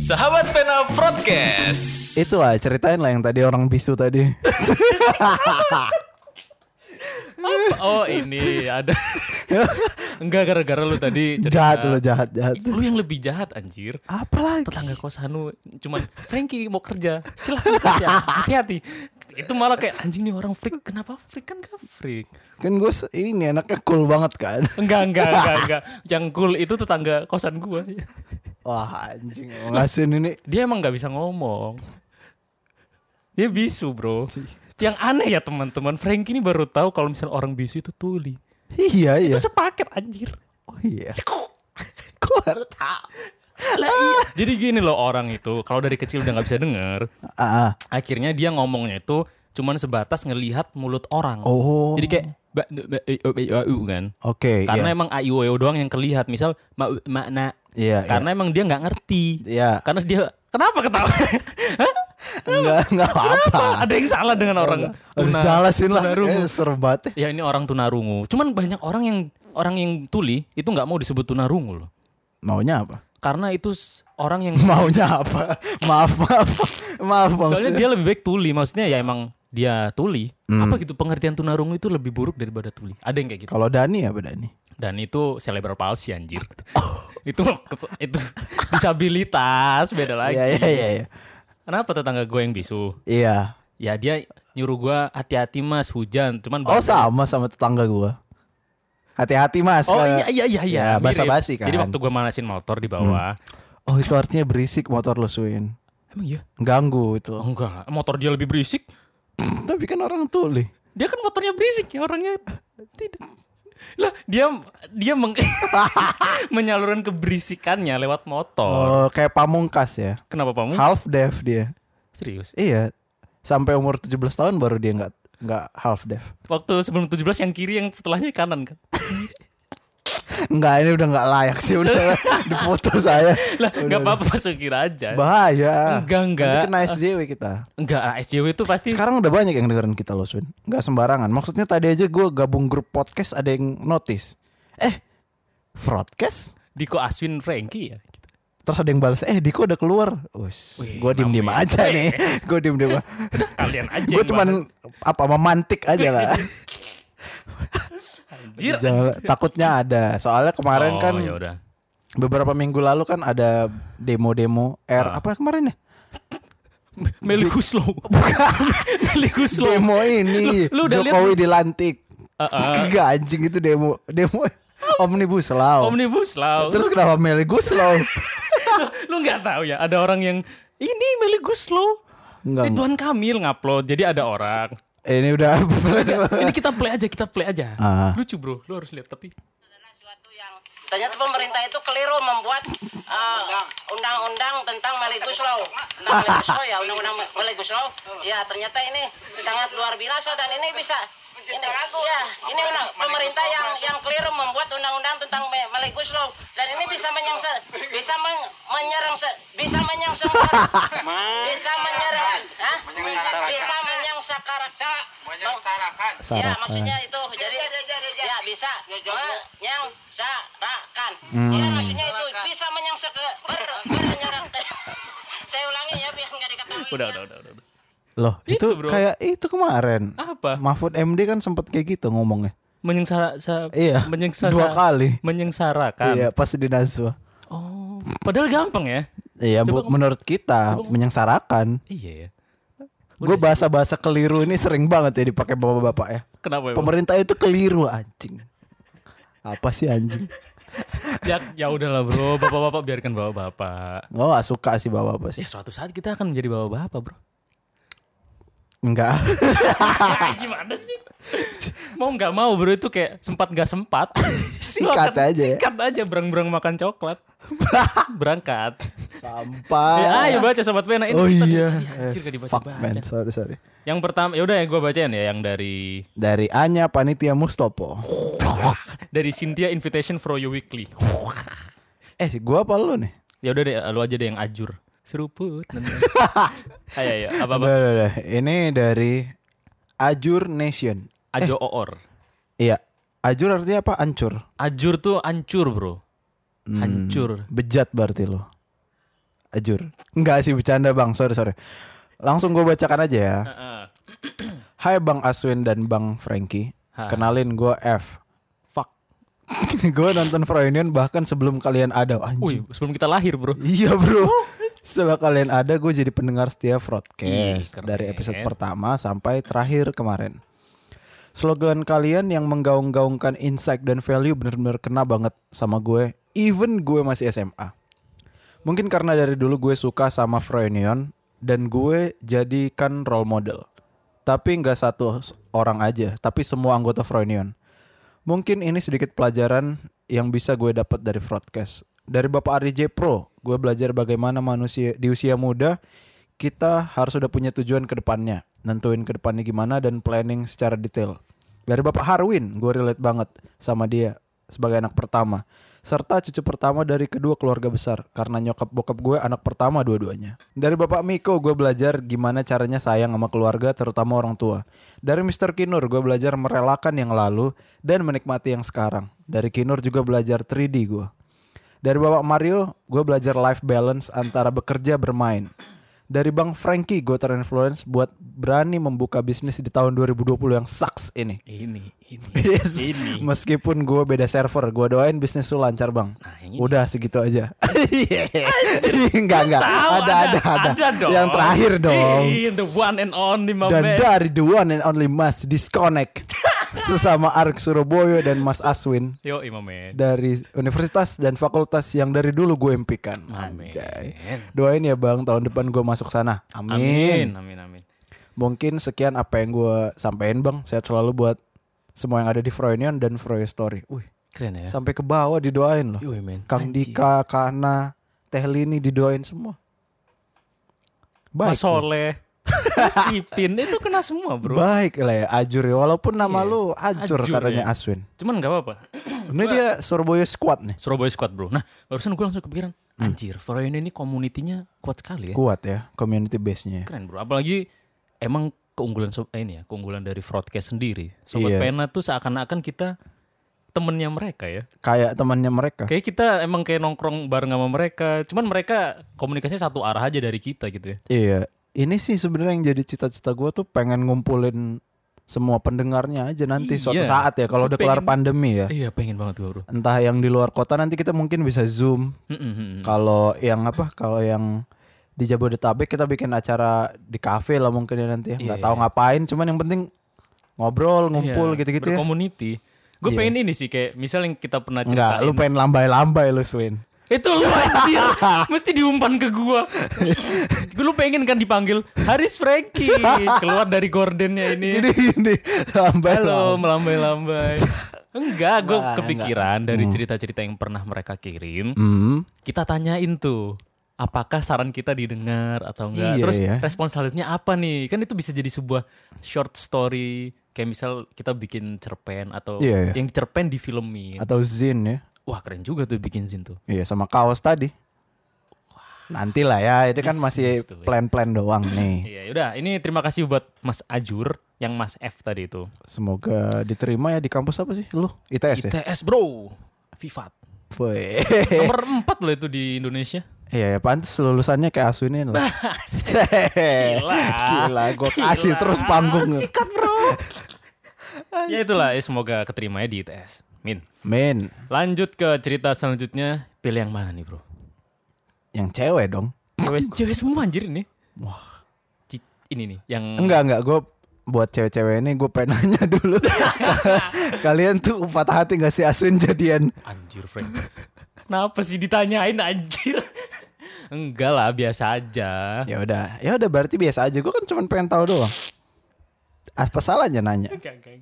Sahabat Pena Podcast. Itulah ceritain lah yang tadi orang bisu tadi. Oh ini ada. Enggak gara-gara lu tadi Jahat lu, jahat. Lu yang lebih jahat anjir. Apalagi? Tetangga kosan lu cuman Frankie mau kerja, silakan kerja, hati-hati. Itu malah kayak anjing nih orang freak. Kenapa freak? Kan gak freak. Kan gue ini anaknya cool banget kan. Enggak. Yang cool itu tetangga kosan gua. Wah anjing, ngasihin ini. Dia emang gak bisa ngomong. Dia bisu bro. Yang aneh ya teman-teman, Frankie ini baru tahu kalau misalnya orang bisu itu tuli. Iya. Itu sepaket anjir. Oh iya. Kok baru tahu? Lah iya. Jadi gini loh orang itu kalau dari kecil udah nggak bisa denger, akhirnya dia ngomongnya itu cuman sebatas ngelihat mulut orang. Oh. Jadi kayak kan. Oke. Karena emang aiu doang yang kelihatan. Misal makna. Iya. Karena emang dia nggak ngerti. Iya. Karena dia kenapa ketawa? Enggak apa-apa. Ada yang salah dengan orang Harus jelasin lah. tunarungu. Seru banget. Ya ini orang tunarungu. Cuman banyak orang yang tuli itu nggak mau disebut tunarungu loh. Maunya apa? Karena itu orang yang Maunya apa? Maaf soalnya maksudnya. dia lebih baik tuli. Maksudnya ya emang dia tuli. Apa gitu pengertian tunarungu itu lebih buruk daripada tuli. Ada yang kayak gitu. Kalau Dani apa Dani? Dan itu cerebral palsy anjir. itu disabilitas beda lagi. Iya. Kenapa tetangga gue yang bisu? Iya. Ya dia nyuruh gue hati-hati mas hujan. Cuman Oh sama tetangga gua. Hati-hati mas. Oh kalau- iya. Ya, basa-basi kan. Jadi waktu gue manasin motor di bawah. Oh itu artinya berisik motor lo Swin. Emang iya? Ganggu itu. Oh, enggak. Motor dia lebih berisik. Tapi kan orang tuli. Dia kan motornya berisik ya orangnya tidak. Lah dia menyalurkan keberisikannya lewat motor. Oh kayak Pamungkas ya. Kenapa kamu? Half deaf dia. Serius? Iya. Sampai umur 17 tahun baru dia nggak half deaf. Waktu sebelum 17 yang kiri yang setelahnya kanan kan? Enggak, ini udah nggak layak sih udah dipoto saya. Lah enggak apa-apa masuk kira aja. Bahaya. Enggak. Nanti kena SJW kita. Enggak, SJW itu pasti. Sekarang udah banyak yang dengerin kita loh Swin. Nggak sembarangan. Maksudnya tadi aja gue gabung grup podcast ada yang notice. Broadcast? Diko Aswin Frankie ya. Terus ada yang balas, Diko udah keluar. Wih, Gue diem namanya. aja nih. Gue diem. Kalian aja. Gue cuman memantik aja lah. anjir. Takutnya ada. Soalnya kemarin kan ya udah. beberapa minggu lalu kan ada demo apa kemarin ya? Meli Guslow. Meli Guslow. Demo ini Lu udah lihat Jokowi dilantik. Heeh. Enggak anjing itu demo Omnibus Law. Omnibus Law. Terus kenapa Meli Guslow? Lu nggak tahu ya ada orang yang ini Meli Guslow. Enggak. Ridwan Kamil ngupload. Jadi ada orang. Ini udah Ini kita play aja. Lucu bro, lu harus lihat tapi. Adalah suatu yang ternyata pemerintah itu keliru membuat undang-undang tentang Omnibus Law. Undang-undang Omnibus Law. Ya ternyata ini sangat luar biasa dan ini bisa ini pemerintah yang keliru membuat undang-undang tentang Omnibus Law dan ini bisa menyerang ya maksudnya itu jadi ya bisa menyengsarakan ya maksudnya itu bisa menyengsarakan saya ulangi ya biar nggak diketahui. Udah. Loh, itu bro. kayak itu kemarin. Apa? Mahfud MD kan sempat kayak gitu ngomongnya. Iya. 2 kali. Menyengsarakan. Iya, pas di Najwa. Oh, padahal gampang ya. Iya, menurut kita menyengsarakan. Iya ya. Gue bahasa keliru ini sering banget ya dipakai bapak-bapak ya. Kenapa? Pemerintah itu keliru anjing. Apa sih anjing? Ya udahlah bro, bapak-bapak biarkan bapak-bapak. Oh, gak suka sih bapak-bapak sih. Ya suatu saat kita akan menjadi bapak-bapak bro. Enggak. Gimana sih? Mau nggak mau bro itu kayak sempat nggak sempat. Sikat aja ya. Sikat aja berang-berang makan coklat. Berangkat. Sampah. Ya ayo baca sobat pena. Oh iya. Anjir gak Fuck man, dibaca-baca. sorry. Yang pertama ya udah yang gue bacain ya yang dari Anya Panitia Mustopo. Cynthia Invitation for You Weekly. Gua apa lu nih? Ya udah deh lu aja deh yang ajur. Seruput. Ayo apa. Udah. Ini dari Ajur Nation. Ajo Oor. Iya. Ajur artinya apa? Ancur. Ajur tuh ancur bro. Hancur. Bejat berarti lo. Ajur. Enggak sih, bercanda bang, sorry. Langsung gue bacakan aja ya. Hai Bang Aswin dan Bang Frankie. Kenalin gue F. Fuck. Gue nonton Froynion bahkan sebelum kalian ada. Wih, Anjing. sebelum kita lahir bro. Iya bro. Setelah kalian ada, gue jadi pendengar setia Ih, Broadcast keren. dari episode pertama sampai terakhir kemarin. Slogan kalian yang menggaung-gaungkan insight dan value bener-bener kena banget sama gue. Even gue masih SMA. Mungkin karena dari dulu gue suka sama Froynion dan gue jadikan role model. Tapi gak satu orang aja, tapi semua anggota Froynion. Mungkin ini sedikit pelajaran yang bisa gue dapat dari Broadcast. Dari Bapak Ari J Pro, gue belajar bagaimana manusia di usia muda kita harus udah punya tujuan ke depannya, nentuin ke depannya gimana dan planning secara detail. Dari Bapak Harwin, gue relate banget sama dia sebagai anak pertama, serta cucu pertama dari kedua keluarga besar karena nyokap bokap gue anak pertama dua-duanya. Dari Bapak Miko, gue belajar gimana caranya sayang sama keluarga, terutama orang tua. Dari Mr. Kinur, gue belajar merelakan yang lalu dan menikmati yang sekarang. Dari Kinur juga belajar 3D gue. Dari Bapak Mario, gue belajar life balance antara bekerja bermain. Dari Bang Frankie, gue terinfluence buat berani membuka bisnis di tahun 2020 yang sucks ini. Ini. Yes. Ini. Meskipun gue beda server, gue doain bisnis lu lancar bang. Nah, yang ini. Udah segitu aja. Enggak. Ada dong. Yang terakhir dong. The one and only my Dan man. dari the one and only Mas Disconnect sesama Ark Surabaya dan Mas Aswin Yo, Imamen. dari universitas dan fakultas yang dari dulu gue impikan. Amin. Anjay. Doain ya bang, tahun depan gue masuk sana. Amin. Amin. Mungkin sekian apa yang gue sampein bang. Sehat selalu buat semua yang ada di Froynion dan Froyo Story. Wih, Keren ya. sampai ke bawah didoain loh. Yoi, men. Kang Anjing. Dika, Kana, Teh Lini didoain semua. Baik. Mas Soleh. Mas Ipin itu kena semua bro. Baik lah ya Ajur ya. Walaupun nama Iya. lu Ajur Ajur, katanya ya. Aswin. Cuman gak apa-apa. Ini dia Surabaya Squad nih. Surabaya Squad bro. Nah barusan gue langsung kepikiran. Anjir Froynion ini komunitinya kuat sekali ya. Kuat ya community base-nya. Keren bro. Apalagi emang keunggulan keunggulan dari Broadcast sendiri. Sobat Iya. Pena tuh seakan-akan kita temennya mereka ya. Kayak temannya mereka. Kayak kita emang kayak nongkrong bareng sama mereka. Cuman mereka komunikasinya satu arah aja dari kita gitu ya. Iya. Ini sih sebenarnya yang jadi cita-cita gue tuh pengen ngumpulin semua pendengarnya aja nanti suatu Iya. saat ya kalau udah kelar Pengen- pandemi ya. Iya pengen banget gue bro. Entah yang di luar kota nanti kita mungkin bisa Zoom. Kalau yang Kalau yang di Jabodetabek kita bikin acara di kafe lah mungkin ya nanti ya. Nggak Iya. tahu ngapain, cuman yang penting ngobrol, ngumpul Iya, gitu-gitu ya. bercommunity. Gue Iya. pengen ini sih kayak misal yang kita pernah Enggak, ceritain. lu pengen lambai-lambai lu Swin. Itu lu anjir. Mesti diumpan ke gua. Lu pengen kan dipanggil Haris Frankie keluar dari gordennya ini. Ini lambai. Halo melambai-lambai. Enggak, gue Enggak, kepikiran dari cerita-cerita yang pernah mereka kirim. Kita tanyain tuh, apakah saran kita didengar atau enggak? Iya, Terus iya. respon selanjutnya apa nih? Kan itu bisa jadi sebuah short story. Kayak misal kita bikin cerpen atau Iya, iya. yang cerpen difilmin. Atau Zin ya. Wah keren juga tuh bikin zin tuh. Iya sama kaos tadi. Nanti lah ya, itu kan masih tuh ya. plan-plan doang nih. Iya, udah. Ini terima kasih buat Mas Ajur yang Mas F tadi itu. Semoga diterima ya di kampus apa sih? Lu ITS ya? ITS bro, Vivat. Woi. Nomor 4 loh itu di Indonesia. Iya, pantas lulusannya kayak Aswinin lah. Gila, gue kasih Gila. terus panggung. Sikat bro. Ya itulah, semoga keterima ya di ITS. Min. Men, Lanjut ke cerita selanjutnya. Pilih yang mana nih bro? yang cewek dong. Cewek semua anjir ini. Wah. Ini nih yang Enggak, gue buat cewek-cewek ini gue pengen nanya dulu. Kalian tuh patah hati gak sih Aswin jadian? Anjir Frank. Kenapa sih ditanyain anjir? Enggak lah, biasa aja. Ya udah berarti biasa aja. Gue kan cuma pengen tahu doang. Apa salahnya nanya? Enggak.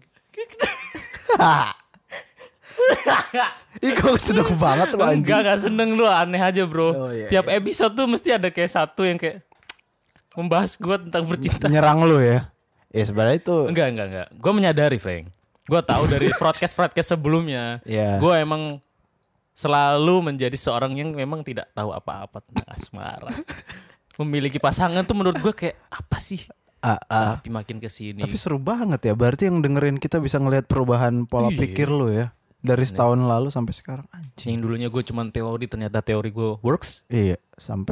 Ih kok seneng banget lu anjing. Enggak seneng lu, aneh aja bro. Oh, iya, Tiap episode tuh mesti ada kayak satu yang kayak membahas gue tentang percintaan. Nyerang lu ya. Ya sebenarnya itu Enggak. Gue menyadari Frank. Gue tahu dari broadcast sebelumnya. Iya. Gue emang selalu menjadi seorang yang memang tidak tahu apa-apa tentang asmara. Memiliki pasangan tuh menurut gue kayak apa sih? Tapi makin kesini. Tapi seru banget ya. Berarti yang dengerin kita bisa ngelihat perubahan pola Iya. pikir lu ya. Dari setahun lalu sampai sekarang anjing. Yang dulunya gue cuman teori, ternyata teori gue works. Iya, sampai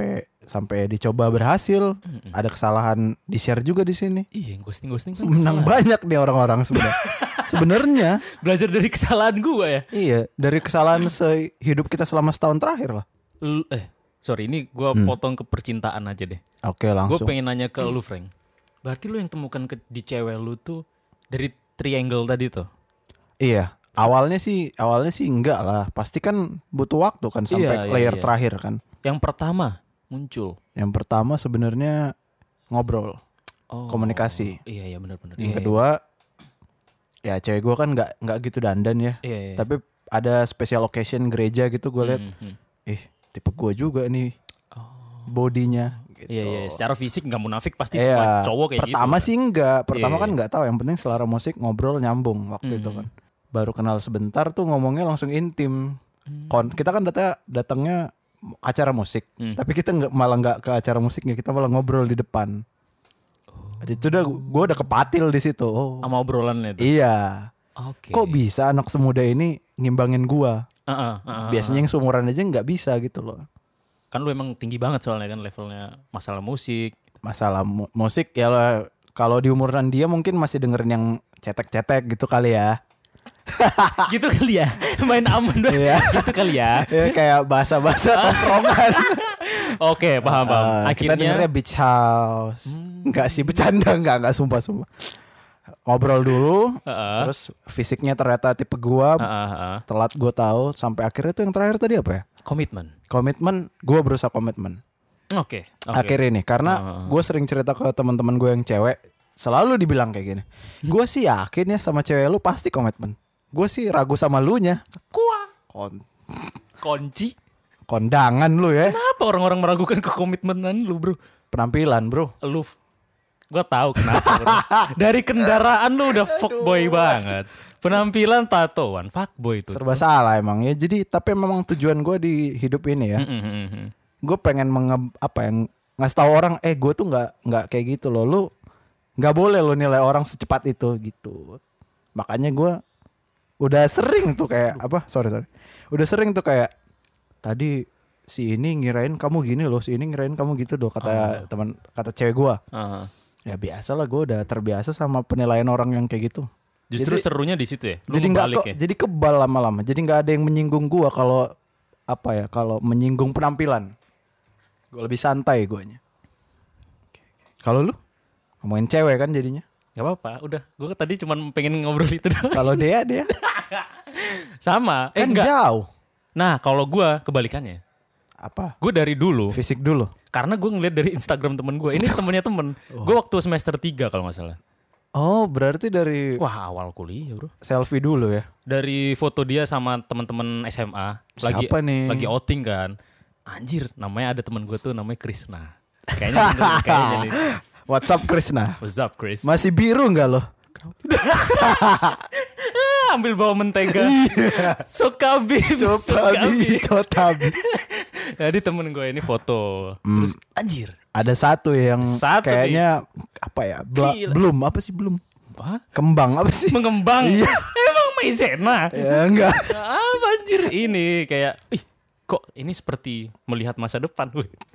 sampai dicoba berhasil. Ada kesalahan di-share juga di sini. Iya, ghosting kan Menang banyak nih orang-orang sebenarnya. Sebenarnya belajar dari kesalahan gue ya. iya, dari kesalahan hidup kita selama setahun terakhir lah. Sorry, ini gue potong ke percintaan aja deh. Oke, Gue langsung. pengen nanya ke lu, Frank. Berarti lu yang temukan di cewek lu tuh dari triangle tadi tuh? Iya, awalnya sih enggak lah. Pasti kan butuh waktu kan sampai Iya, layer iya. terakhir kan. Yang pertama muncul. Yang pertama sebenarnya ngobrol, Oh, komunikasi. Iya benar-benar. Yang kedua, ya cewek gue kan nggak gitu dandan ya. Iya. Tapi ada special occasion gereja gitu gue liat, tipe gue juga nih bodinya. Gitu. Iya. Secara fisik nggak munafik pasti semua cowok kayak gitu. Pertama sih enggak, pertama Iya. kan nggak tahu. Yang penting selera musik, ngobrol nyambung waktu itu kan. Baru kenal sebentar tuh ngomongnya langsung intim. Kita kan datangnya acara musik, tapi kita malah nggak ke acara musiknya, kita malah ngobrol di depan. Itu gue udah kepatil di situ. Oh, Sama obrolannya itu. iya. Oke. Kok bisa anak semuda ini ngimbangin gua? Heeh. Biasanya yang seumuran aja nggak bisa gitu loh. Kan lu emang tinggi banget soalnya kan levelnya masalah musik. Masalah musik ya lah, kalau di umuran dia mungkin masih dengerin yang cetek-cetek gitu kali ya. Gitu kali ya. Main aman banget. Iya. Gitu kali ya. Ya, kayak bahasa-bahasa tongkrongan. Oke, paham. Kita dengernya beach house. Enggak sih, bercanda, enggak sumpah. Ngobrol dulu, terus fisiknya ternyata tipe gua, telat gua tahu, sampai akhirnya tuh yang terakhir tadi apa ya? Komitmen, gua berusaha komitmen. Oke. Akhir ini karena gue sering cerita ke teman-teman gue yang cewek, selalu dibilang kayak gini. Gue sih yakin ya sama cewek lu pasti komitmen. Gue sih ragu sama lu nya. Kunci. Kondangan lu ya. Kenapa orang-orang meragukan kekomitmenan lu, bro? Penampilan, bro. Lu, gue tahu kenapa, bro. Dari kendaraan lu udah fuckboy banget. Penampilan tatoan, fuckboy itu. Serba salah emang ya. Jadi tapi memang tujuan gue di hidup ini ya. Gue pengen ngasih tahu orang, gue tuh nggak kayak gitu loh. Lu nggak boleh lo nilai orang secepat itu gitu. Makanya gue udah sering tuh kayak udah sering tuh kayak tadi si ini ngirain kamu gini loh, si ini ngirain kamu gitu loh, kata cewek gue. Ya biasa lah, gue udah terbiasa sama penilaian orang yang kayak gitu. Justru serunya di situ ya. Jadi jadi kebal lama-lama. Jadi nggak ada yang menyinggung gue kalau menyinggung penampilan. Gue lebih santai guanya. Kalau lu ngomongin cewek kan jadinya. Gak apa-apa, udah. Gue tadi cuma pengen ngobrol itu doang. Kalau dia Sama. kan Enggak. jauh. Nah, kalau gue kebalikannya. Apa? Gue dari dulu. Fisik dulu. Karena gue ngeliat dari Instagram temen gue. Ini temennya temen. Gue waktu semester 3 kalau gak salah. Oh, berarti dari Wah, awal kuliah, bro. selfie dulu ya. Dari foto dia sama teman-teman SMA. Siapa nih? Lagi outing kan. Anjir, namanya ada temen gue tuh namanya Krisna. Kayaknya nih. What's up Krisna? What's up, Chris? Masih biru nggak lo? Ambil bawa mentega. Sokabi. Jadi temen gue ini foto. Terus anjir. Ada satu yang kayaknya Gila. belum apa sih belum? Hah? Kembang apa sih? Mengembang. Iya. Emang maizena? Ya enggak. Apa anjir ini kayak kok ini seperti melihat masa depan.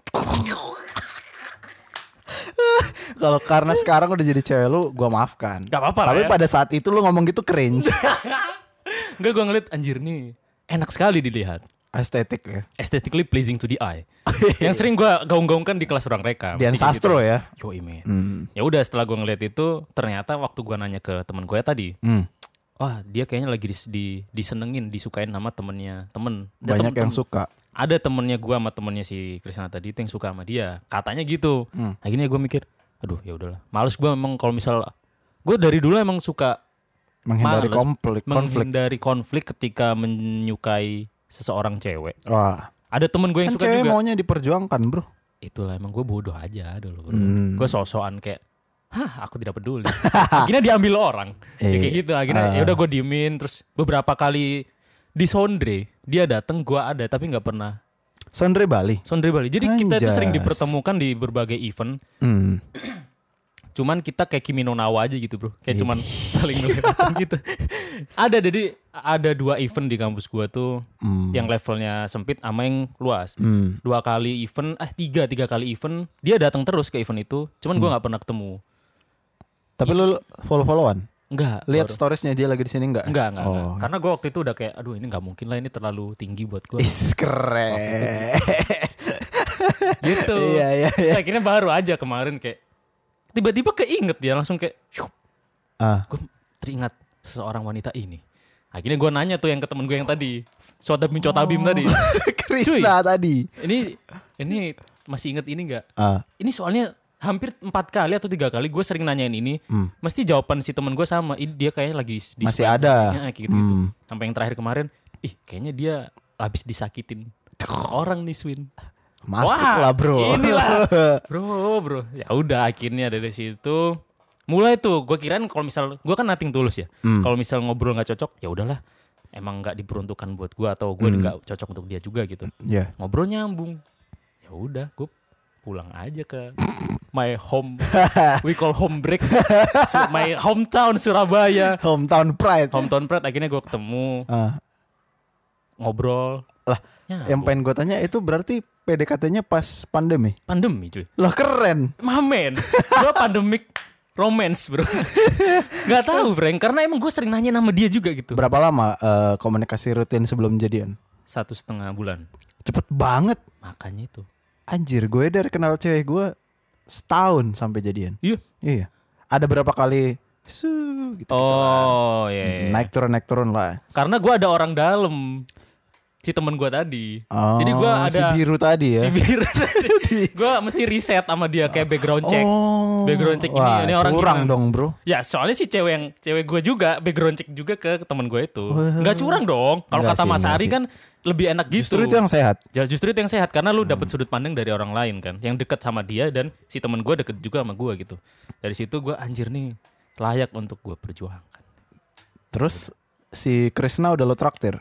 Kalau karena sekarang udah jadi cewek lu, gua maafkan. Gak apa-apa. Tapi lah ya. pada saat itu lu ngomong gitu cringe. Enggak, gue ngeliat anjir nih enak sekali dilihat. Estetik ya. Aesthetically pleasing to the eye. Yang sering gue gaung-gaungkan di kelas ruang reka. Dian Sastro ya. Yoi men. Ya udah setelah gue ngeliat itu, ternyata waktu gue nanya ke teman gue tadi, wah dia kayaknya lagi disenengin, disukain sama temennya temen. Banyak yang suka. Ada temennya gue sama temennya si Krisna tadi itu yang suka sama dia. Katanya gitu. Akhirnya gue mikir, aduh ya udahlah. Males gue memang kalau misal gue dari dulu emang suka menghindari konflik. Menghindari konflik ketika menyukai seseorang cewek. Wah. Ada temen gue yang kan suka cewek juga. maunya diperjuangkan bro. Itulah emang gue bodoh aja dulu bro. Gue sok-sokan kayak, aku tidak peduli. Akhirnya diambil orang. Ya kayak gitu. Akhirnya ya udah gue diemin. Terus beberapa kali di Sondre dia dateng, gue ada tapi nggak pernah. Sondre Bali. Sondre Bali. Jadi kita tuh Anjas. sering dipertemukan di berbagai event. Cuman kita kayak Kimi no Na wa aja gitu bro. Kayak cuman saling ngelewatin gitu. Jadi ada 2 event di kampus gua tuh. Yang levelnya sempit sama yang luas. 2 kali event, 3 kali event. Dia datang terus ke event itu. Cuman gua gak pernah ketemu. Tapi lu follow-followan? Enggak. Lihat storiesnya dia lagi di sini enggak? Enggak. Karena gua waktu itu udah kayak aduh ini gak mungkin lah, ini terlalu tinggi buat gua. Keren. Gitu. Iya. Saya akhirnya baru aja kemarin kayak tiba-tiba keinget dia langsung kayak gue teringat seseorang wanita ini. Akhirnya gue nanya tuh yang ke temen gue yang tadi Cotabim tadi. Krisna tadi. Ini masih inget ini gak? Ah. Ini soalnya hampir 4 kali atau 3 kali gue sering nanyain ini. Mesti jawaban si temen gue sama. Ini dia kayaknya lagi masih ada. Kayak gitu. Sampai yang terakhir kemarin, kayaknya dia habis disakitin seorang nih Swin. Masuk lah bro. Inilah bro. Ya udah akhirnya dari situ mulai tuh gue kirain kalau misal gue kan nothing tulus ya. Kalau misal ngobrol nggak cocok ya udahlah. Emang nggak diperuntukkan buat gue atau gue nggak cocok untuk dia juga gitu. Yeah. Ngobrol nyambung. Ya udah gue pulang aja ke my home. We call home breaks. My hometown Surabaya. Hometown pride. Akhirnya gue ketemu. Ngobrol. Lah, yang pengen gue tanya itu berarti PDKT-nya pas pandemi? Pandemi cuy. Lah keren. Mamen. Gue pandemic romance bro. Gak tahu Frank. Karena emang gue sering nanya nama dia juga gitu. Berapa lama komunikasi rutin sebelum jadian? 1,5 bulan. Cepet banget. Makanya itu. Anjir, gue dari kenal cewek gue setahun sampai jadian. Iya. Ada berapa kali gitu. Iya. Naik turun lah. Karena gue ada orang dalam. Si temen gue tadi. Jadi gue ada si biru tadi ya. Gue mesti riset sama dia kayak background check. Background check ini orang curang gimana? dong bro. Ya soalnya si cewek gue juga background check juga ke temen gue itu. Nggak curang dong. Kalau kata Mas Ari kan lebih enak gitu. Justru itu yang sehat. Justru itu yang sehat karena lu dapat sudut pandang dari orang lain kan, yang deket sama dia dan si temen gue deket juga sama gue gitu. Dari situ gue anjir nih layak untuk gue perjuangkan. Terus si Krisna udah lo traktir?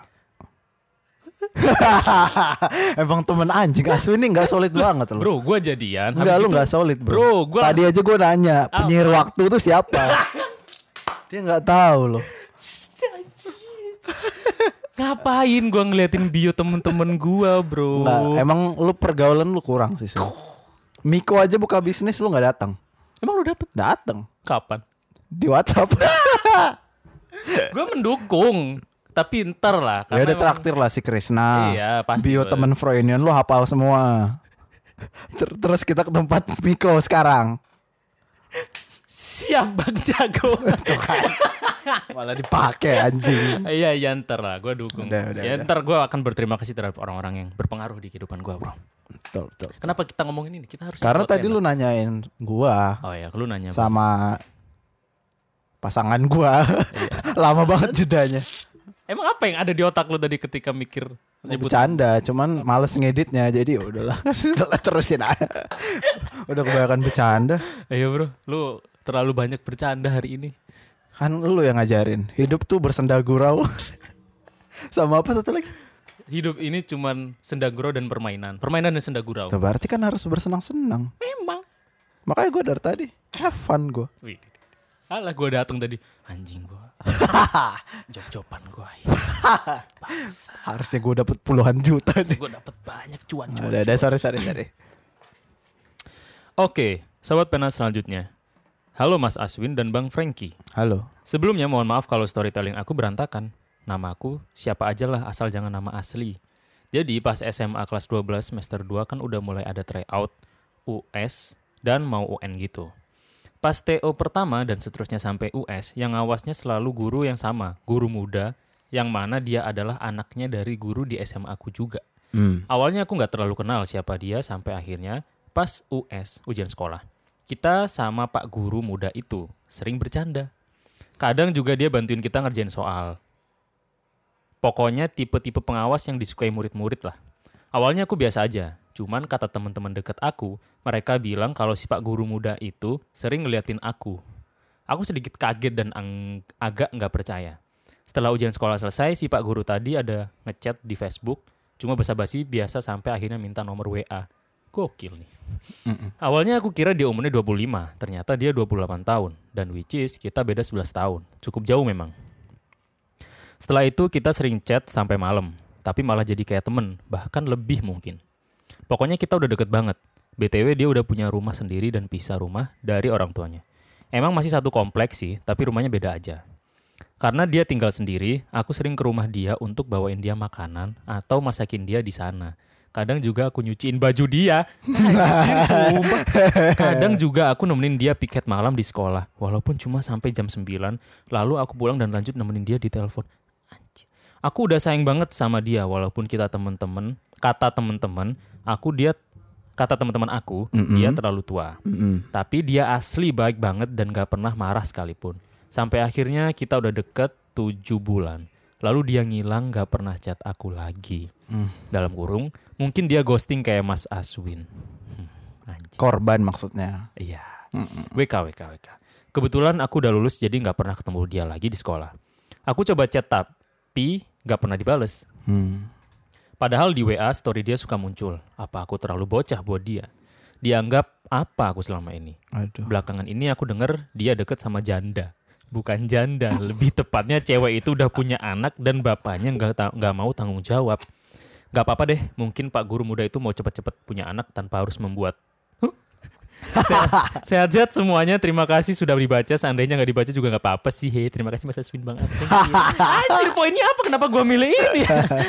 Emang temen anjing Aswin ini gak solid banget loh. Bro gue jadian. Enggak lu gak solid bro. Bro tadi aja gue nanya penyihir waktu itu siapa. Dia gak tahu loh. Ngapain gue ngeliatin bio temen-temen gue bro. Nggak, emang lu pergaulan lu kurang sih Swin. Miko aja buka bisnis lu gak datang. Emang lu Datang. Kapan? Di WhatsApp. Gue mendukung. Tapi ntar lah. Ya udah traktir lah si Krisna. Iya pasti. Bio temen Froynion lu hafal semua. Terus kita ke tempat Miko sekarang. Siap Bang Jago. Malah dipakai anjing. Iya ntar lah gue dukung. Udah. Ntar gue akan berterima kasih terhadap orang-orang yang berpengaruh di kehidupan gue bro. Betul. Kenapa kita ngomongin ini? Kita harus. Karena tadi lu nanyain gua. Oh ya, lu nanya. Sama pasangan gua. Lama banget jedanya. Emang apa yang ada di otak lu tadi ketika mikir nyebut? Bercanda, cuman males ngeditnya. Jadi udahlah terusin aja. Udah kebanyakan bercanda. Ayo bro, lu terlalu banyak bercanda hari ini. Kan lu yang ngajarin. Hidup tuh bersenda gurau. Sama apa satu lagi? Hidup ini cuman senda gurau dan permainan. Permainan dan senda gurau. Tuh, berarti kan harus bersenang-senang. Memang. Makanya gue dari tadi have fun gue. Alah gue datang tadi. Anjing gue. Job-joban gue. Harusnya gue dapet puluhan juta nih. Gue dapet banyak cuan. Udah sorry. Oke, sobat pena selanjutnya. Halo Mas Aswin dan Bang Frankie. Halo. Sebelumnya mohon maaf kalau storytelling aku berantakan. Nama aku siapa aja lah asal jangan nama asli. Jadi pas SMA kelas 12 semester 2 kan udah mulai ada tryout US dan mau UN gitu. Pas TO pertama dan seterusnya sampai US, yang ngawasnya selalu guru yang sama, guru muda, yang mana dia adalah anaknya dari guru di SMA aku juga. Awalnya aku gak terlalu kenal siapa dia sampai akhirnya pas US, ujian sekolah. Kita sama Pak Guru muda itu sering bercanda. Kadang juga dia bantuin kita ngerjain soal. Pokoknya tipe-tipe pengawas yang disukai murid-murid lah. Awalnya aku biasa aja, cuman kata teman-teman dekat aku, mereka bilang kalau si Pak Guru muda itu sering ngeliatin aku. Aku sedikit kaget dan agak nggak percaya. Setelah ujian sekolah selesai, si Pak Guru tadi ada ngechat di Facebook, cuma basa-basi biasa sampai akhirnya minta nomor WA. Gokil nih. Awalnya aku kira dia umurnya 25, ternyata dia 28 tahun. Dan which is kita beda 11 tahun. Cukup jauh memang. Setelah itu kita sering chat sampai malam. Tapi malah jadi kayak temen, bahkan lebih mungkin. Pokoknya kita udah deket banget. BTW dia udah punya rumah sendiri dan pisah rumah dari orang tuanya. Emang masih satu kompleks sih, tapi rumahnya beda aja. Karena dia tinggal sendiri, aku sering ke rumah dia untuk bawain dia makanan atau masakin dia di sana. Kadang juga aku nyuciin baju dia. Anjir, sumpah. Kadang juga aku nemenin dia piket malam di sekolah. Walaupun cuma sampai jam 9. Lalu aku pulang dan lanjut nemenin dia di telepon. Anjir. Aku udah sayang banget sama dia. Walaupun kita temen-temen. Kata temen-temen aku, dia terlalu tua. Tapi dia asli baik banget dan gak pernah marah sekalipun. Sampai akhirnya kita udah deket 7 bulan. Lalu dia ngilang gak pernah chat aku lagi. Dalam kurung, mungkin dia ghosting kayak Mas Aswin. Korban maksudnya. Iya. WK. Kebetulan aku udah lulus jadi gak pernah ketemu dia lagi di sekolah. Aku coba chat tapi gak pernah dibales. Padahal di WA story dia suka muncul. Apa aku terlalu bocah buat dia? Dianggap apa aku selama ini? Aduh. Belakangan ini aku denger dia deket sama janda. Bukan janda, lebih tepatnya cewek itu udah punya anak dan bapaknya nggak mau tanggung jawab. Gak apa-apa deh, mungkin Pak Guru muda itu mau cepet-cepet punya anak tanpa harus membuat. Sehat-sehat semuanya, terima kasih sudah dibaca. Seandainya nggak dibaca juga nggak apa-apa sih. Hey, terima kasih Mas Aswin Bang. Anjir, poinnya apa? Kenapa gue milih ini?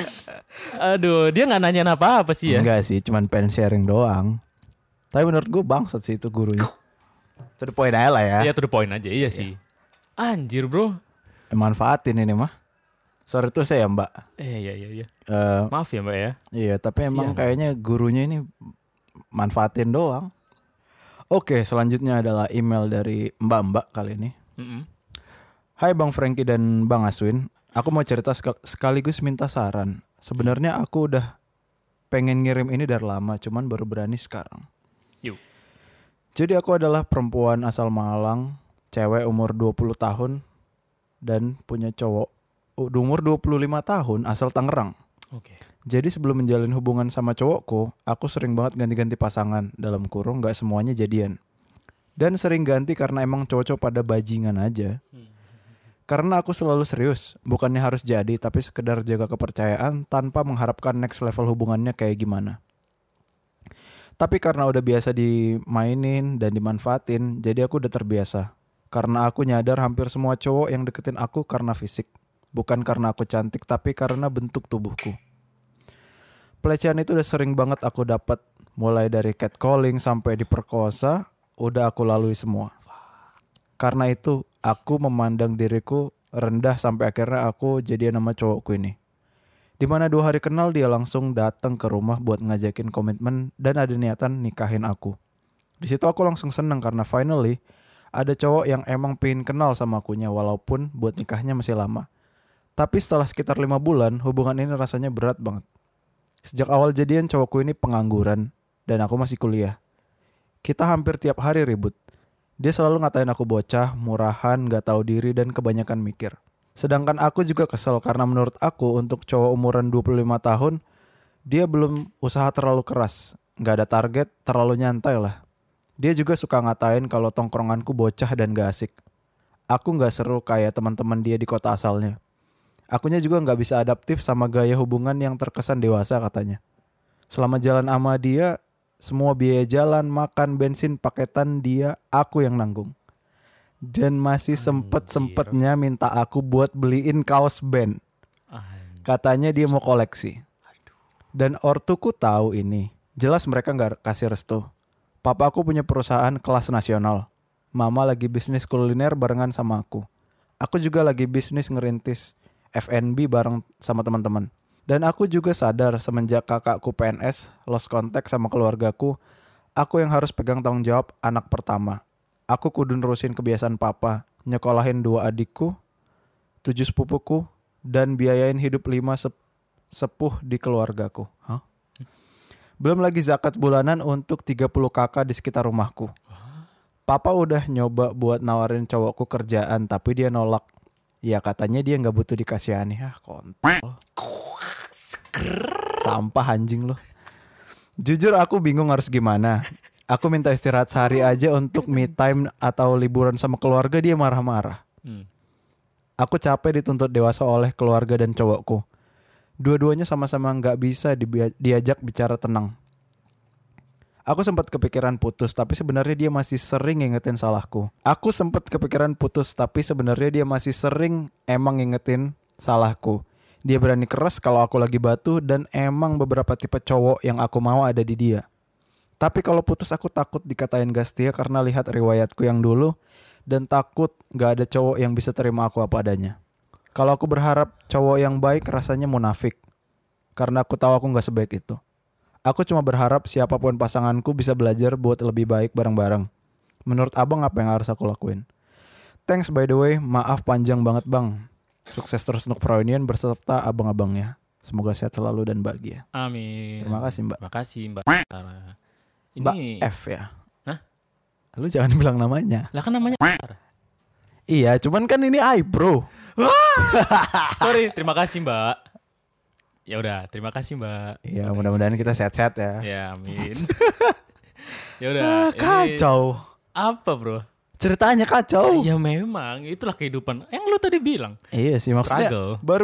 Aduh, dia nggak nanya apa-apa sih ya? Enggak sih, cuman pengen sharing doang. Tapi menurut gue bangsat sih itu gurunya. To the point aja lah ya. Iya, to the point aja, iya sih. Anjir bro. Manfaatin ini mah. Sorry tuh saya Mbak. Iya. Maaf ya Mbak ya. Iya, tapi emang kayaknya gurunya ini manfaatin doang. Oke, selanjutnya adalah email dari Mbak kali ini. Hai Bang Frankie dan Bang Aswin. Aku mau cerita sekaligus minta saran. Sebenarnya aku udah pengen ngirim ini dari lama, cuman baru berani sekarang. Yuk. Jadi aku adalah perempuan asal Malang, cewek umur 20 tahun dan punya cowok umur 25 tahun asal Tangerang. Oke. Jadi sebelum menjalin hubungan sama cowokku, aku sering banget ganti-ganti pasangan. Dalam kurung gak semuanya jadian. Dan sering ganti karena emang cowok-cowok pada bajingan aja. Karena aku selalu serius, bukannya harus jadi, tapi sekedar jaga kepercayaan tanpa mengharapkan next level hubungannya kayak gimana. Tapi karena udah biasa dimainin dan dimanfaatin, jadi aku udah terbiasa. Karena aku nyadar hampir semua cowok yang deketin aku karena fisik. Bukan karena aku cantik, tapi karena bentuk tubuhku. Pelecehan itu udah sering banget aku dapat. Mulai dari catcalling sampai diperkosa, udah aku lalui semua. Karena itu, aku memandang diriku rendah sampai akhirnya aku jadian sama cowokku ini. Dimana 2 hari kenal dia langsung datang ke rumah buat ngajakin komitmen dan ada niatan nikahin aku. Di situ aku langsung seneng karena finally ada cowok yang emang pengen kenal sama akunya walaupun buat nikahnya masih lama. Tapi setelah sekitar 5 bulan, hubungan ini rasanya berat banget. Sejak awal jadian cowokku ini pengangguran dan aku masih kuliah. Kita hampir tiap hari ribut. Dia selalu ngatain aku bocah, murahan, gak tahu diri dan kebanyakan mikir. Sedangkan aku juga kesel karena menurut aku untuk cowok umuran 25 tahun, dia belum usaha terlalu keras. Gak ada target, terlalu nyantai lah. Dia juga suka ngatain kalau tongkronganku bocah dan gak asik. Aku gak seru kayak teman-teman dia di kota asalnya. Akunya juga gak bisa adaptif sama gaya hubungan yang terkesan dewasa katanya. Selama jalan sama dia, semua biaya jalan, makan, bensin, paketan dia, aku yang nanggung. Dan masih sempet-sempetnya minta aku buat beliin kaos band. Katanya dia mau koleksi. Dan ortuku tahu ini. Jelas mereka gak kasih restu. Papa aku punya perusahaan kelas nasional. Mama lagi bisnis kuliner barengan sama aku. Aku juga lagi bisnis ngerintis F&B bareng sama teman-teman. Dan aku juga sadar semenjak kakakku PNS, lost contact sama keluargaku, aku yang harus pegang tanggung jawab anak pertama. Aku kudu nerusin kebiasaan papa, nyekolahin 2 adikku, 7 sepupuku, dan biayain hidup 5 sepuh di keluargaku. Belum lagi zakat bulanan untuk 30 kakak di sekitar rumahku. Papa udah nyoba buat nawarin cowokku kerjaan, tapi dia nolak. Ya katanya dia gak butuh dikasihani. Kontol. Sampah anjing loh. Jujur aku bingung harus gimana. Aku minta istirahat sehari aja untuk me time atau liburan sama keluarga, dia marah-marah. Aku capek dituntut dewasa oleh keluarga dan cowokku. Dua-duanya sama-sama gak bisa diajak bicara tenang. Aku sempat kepikiran putus, tapi sebenarnya dia masih sering ngingetin salahku. Emang ngingetin salahku. Dia berani keras kalau aku lagi batu, dan emang beberapa tipe cowok yang aku mau ada di dia. Tapi kalau putus aku takut dikatain gak setia karena lihat riwayatku yang dulu, dan takut gak ada cowok yang bisa terima aku apa adanya. Kalau aku berharap cowok yang baik, rasanya munafik. Karena aku tahu aku gak sebaik itu. Aku cuma berharap siapapun pasanganku bisa belajar buat lebih baik bareng-bareng. Menurut abang apa yang harus aku lakuin? Thanks by the way, maaf panjang banget bang. Sukses terus untuk Prounion berserta abang-abangnya. Semoga sehat selalu dan bahagia. Amin. Terima kasih mbak. Terima kasih Mbak Tara. Mbak Ini F ya. Hah? Lu jangan bilang namanya. lah kan namanya Tara. Iya, cuman kan ini bro. Sorry, terima kasih Mbak. Ya udah, terima kasih Mbak. Iya, mudah-mudahan kita sehat-sehat ya. Ya, amin. Ya udah. Kacau. Apa bro? Ceritanya kacau. Ya memang, itulah kehidupan. Yang lu tadi bilang. Iya sih, maksudnya Struggle. baru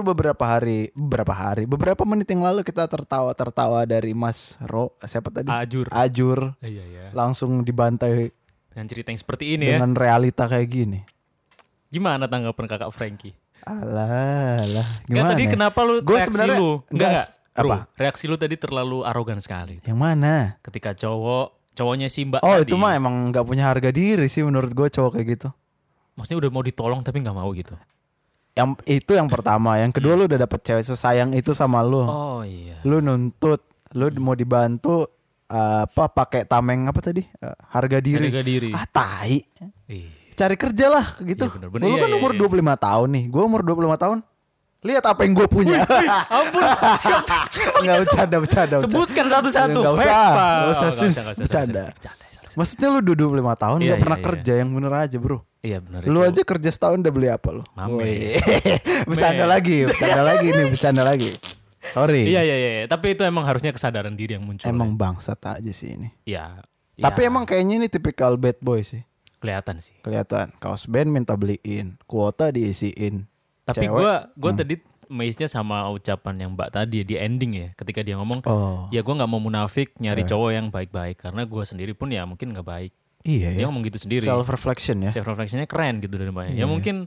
beberapa menit yang lalu kita tertawa dari Mas siapa tadi? Ajur. Iya. Langsung dibantai Dengan cerita yang seperti ini ya. dengan realita kayak gini. Gimana tanggapan kakak Frankie? Alah, Enggak, gimana? tadi ya? kenapa lu Gua reaksi sebenarnya lu? Enggak. Bro, apa? reaksi lu tadi terlalu arogan sekali. Yang mana? Ketika cowoknya si Mbak Oh, tadi. itu mah emang nggak punya harga diri sih menurut gue cowok kayak gitu. Maksudnya udah mau ditolong tapi nggak mau gitu. Itu yang pertama, yang kedua lu udah dapet cewek sesayang itu sama lu. Oh iya. Lu nuntut, lu mau dibantu pakai tameng apa tadi? Harga diri. Harga diri. Tai. Ih. Cari kerja lah gitu. Iya, bener-bener. Lu Iya, kan iya, umur iya. 25 tahun nih. Gue umur 25 tahun. Lihat apa yang gue punya. Ampun. Enggak bercanda. Sebutkan satu-satu. Enggak usah. Vespa. Enggak usah, Oh, sis. nggak usah, Bercanda. Bercanda. Maksudnya lu 25 tahun Iya, gak pernah iya, kerja, yang bener aja bro. Iya benar. Lu aja kerja setahun udah beli apa lu? Mame. Woi. Bercanda lagi. Sorry. Iya. Tapi itu emang harusnya kesadaran diri yang muncul. Emang ya. bangsat aja sih ini. Iya. Tapi Ya, emang kayaknya ini tipikal bad boy sih. kelihatan sih. Kelihatan. Kaos band minta beliin, kuota diisiin. Tapi Cewek, gue tadi amazed-nya sama ucapan yang Mbak tadi di ending ya, ketika dia ngomong, Oh. ya gue nggak mau munafik nyari cowok yang baik-baik karena gue sendiri pun ya mungkin nggak baik. Iya Dia ya. ngomong gitu sendiri. Self reflection ya. Self reflectionnya keren gitu dari Mbaknya. Iya. Ya mungkin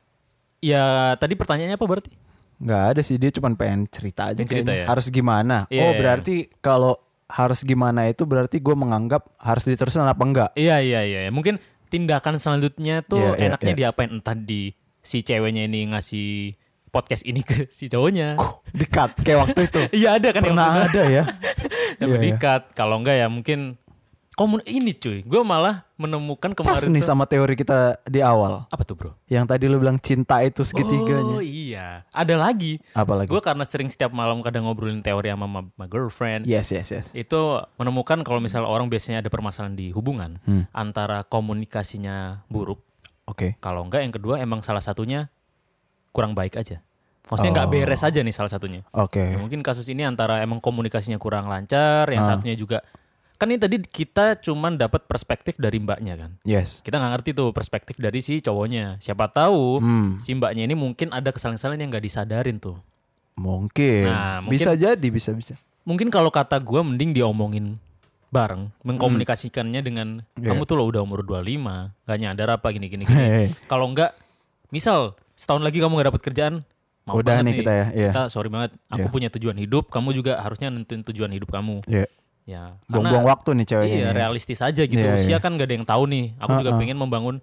ya tadi pertanyaannya apa berarti? Nggak ada sih, dia cuma pengen cerita aja. Pengen cerita kayaknya. ya? Harus gimana? Iya, Oh iya. berarti kalau harus gimana itu berarti gue menganggap harus diterusin apa enggak? Iya. Mungkin tindakan selanjutnya tuh Iya, iya, enaknya iya. diapain, entah di si ceweknya ini ngasih podcast ini ke si cowoknya. Di-cut kayak waktu itu. Iya ada kan yang Pernah waktu itu. ada ya. Tapi Iya, iya. di-cut. Kalau enggak ya mungkin ini cuy. Gue malah menemukan Pas kemarin nih tuh. sama teori kita di awal. Apa tuh bro? Yang tadi lu bilang cinta itu Oh segitiganya. iya. Ada lagi. Apalagi? Gue karena sering setiap malam kadang ngobrolin teori sama my girlfriend. Yes. Itu menemukan kalau misalnya orang biasanya ada permasalahan di hubungan. Antara komunikasinya buruk. Oke. Kalau enggak yang kedua emang salah satunya kurang baik aja. Maksudnya nggak beres aja nih salah satunya. Oke. Ya, mungkin kasus ini antara emang komunikasinya kurang lancar. Yang satunya juga. Kan ini tadi kita cuman dapat perspektif dari mbaknya kan. Yes. Kita nggak ngerti tuh perspektif dari si cowoknya. Siapa tahu si mbaknya ini mungkin ada kesalahan-kesalahan yang nggak disadarin tuh. Mungkin. Nah, mungkin- Bisa jadi, bisa. Mungkin kalau kata gue mending diomongin bareng, mengkomunikasikannya dengan kamu tuh lo udah umur 25, gak nyadar apa gini. Hei. Kalau enggak, misal setahun lagi kamu gak dapet kerjaan, mau Udah banget nih kita ya, iya. Kita sorry banget, aku Iya. punya tujuan hidup, kamu juga harusnya nentuin tujuan hidup kamu. Iya. Ya, Buang-buang waktu nih ceweknya. Iya, nih. realistis aja gitu. Iya, Usia iya. kan gak ada yang tahu nih. Aku juga pengen membangun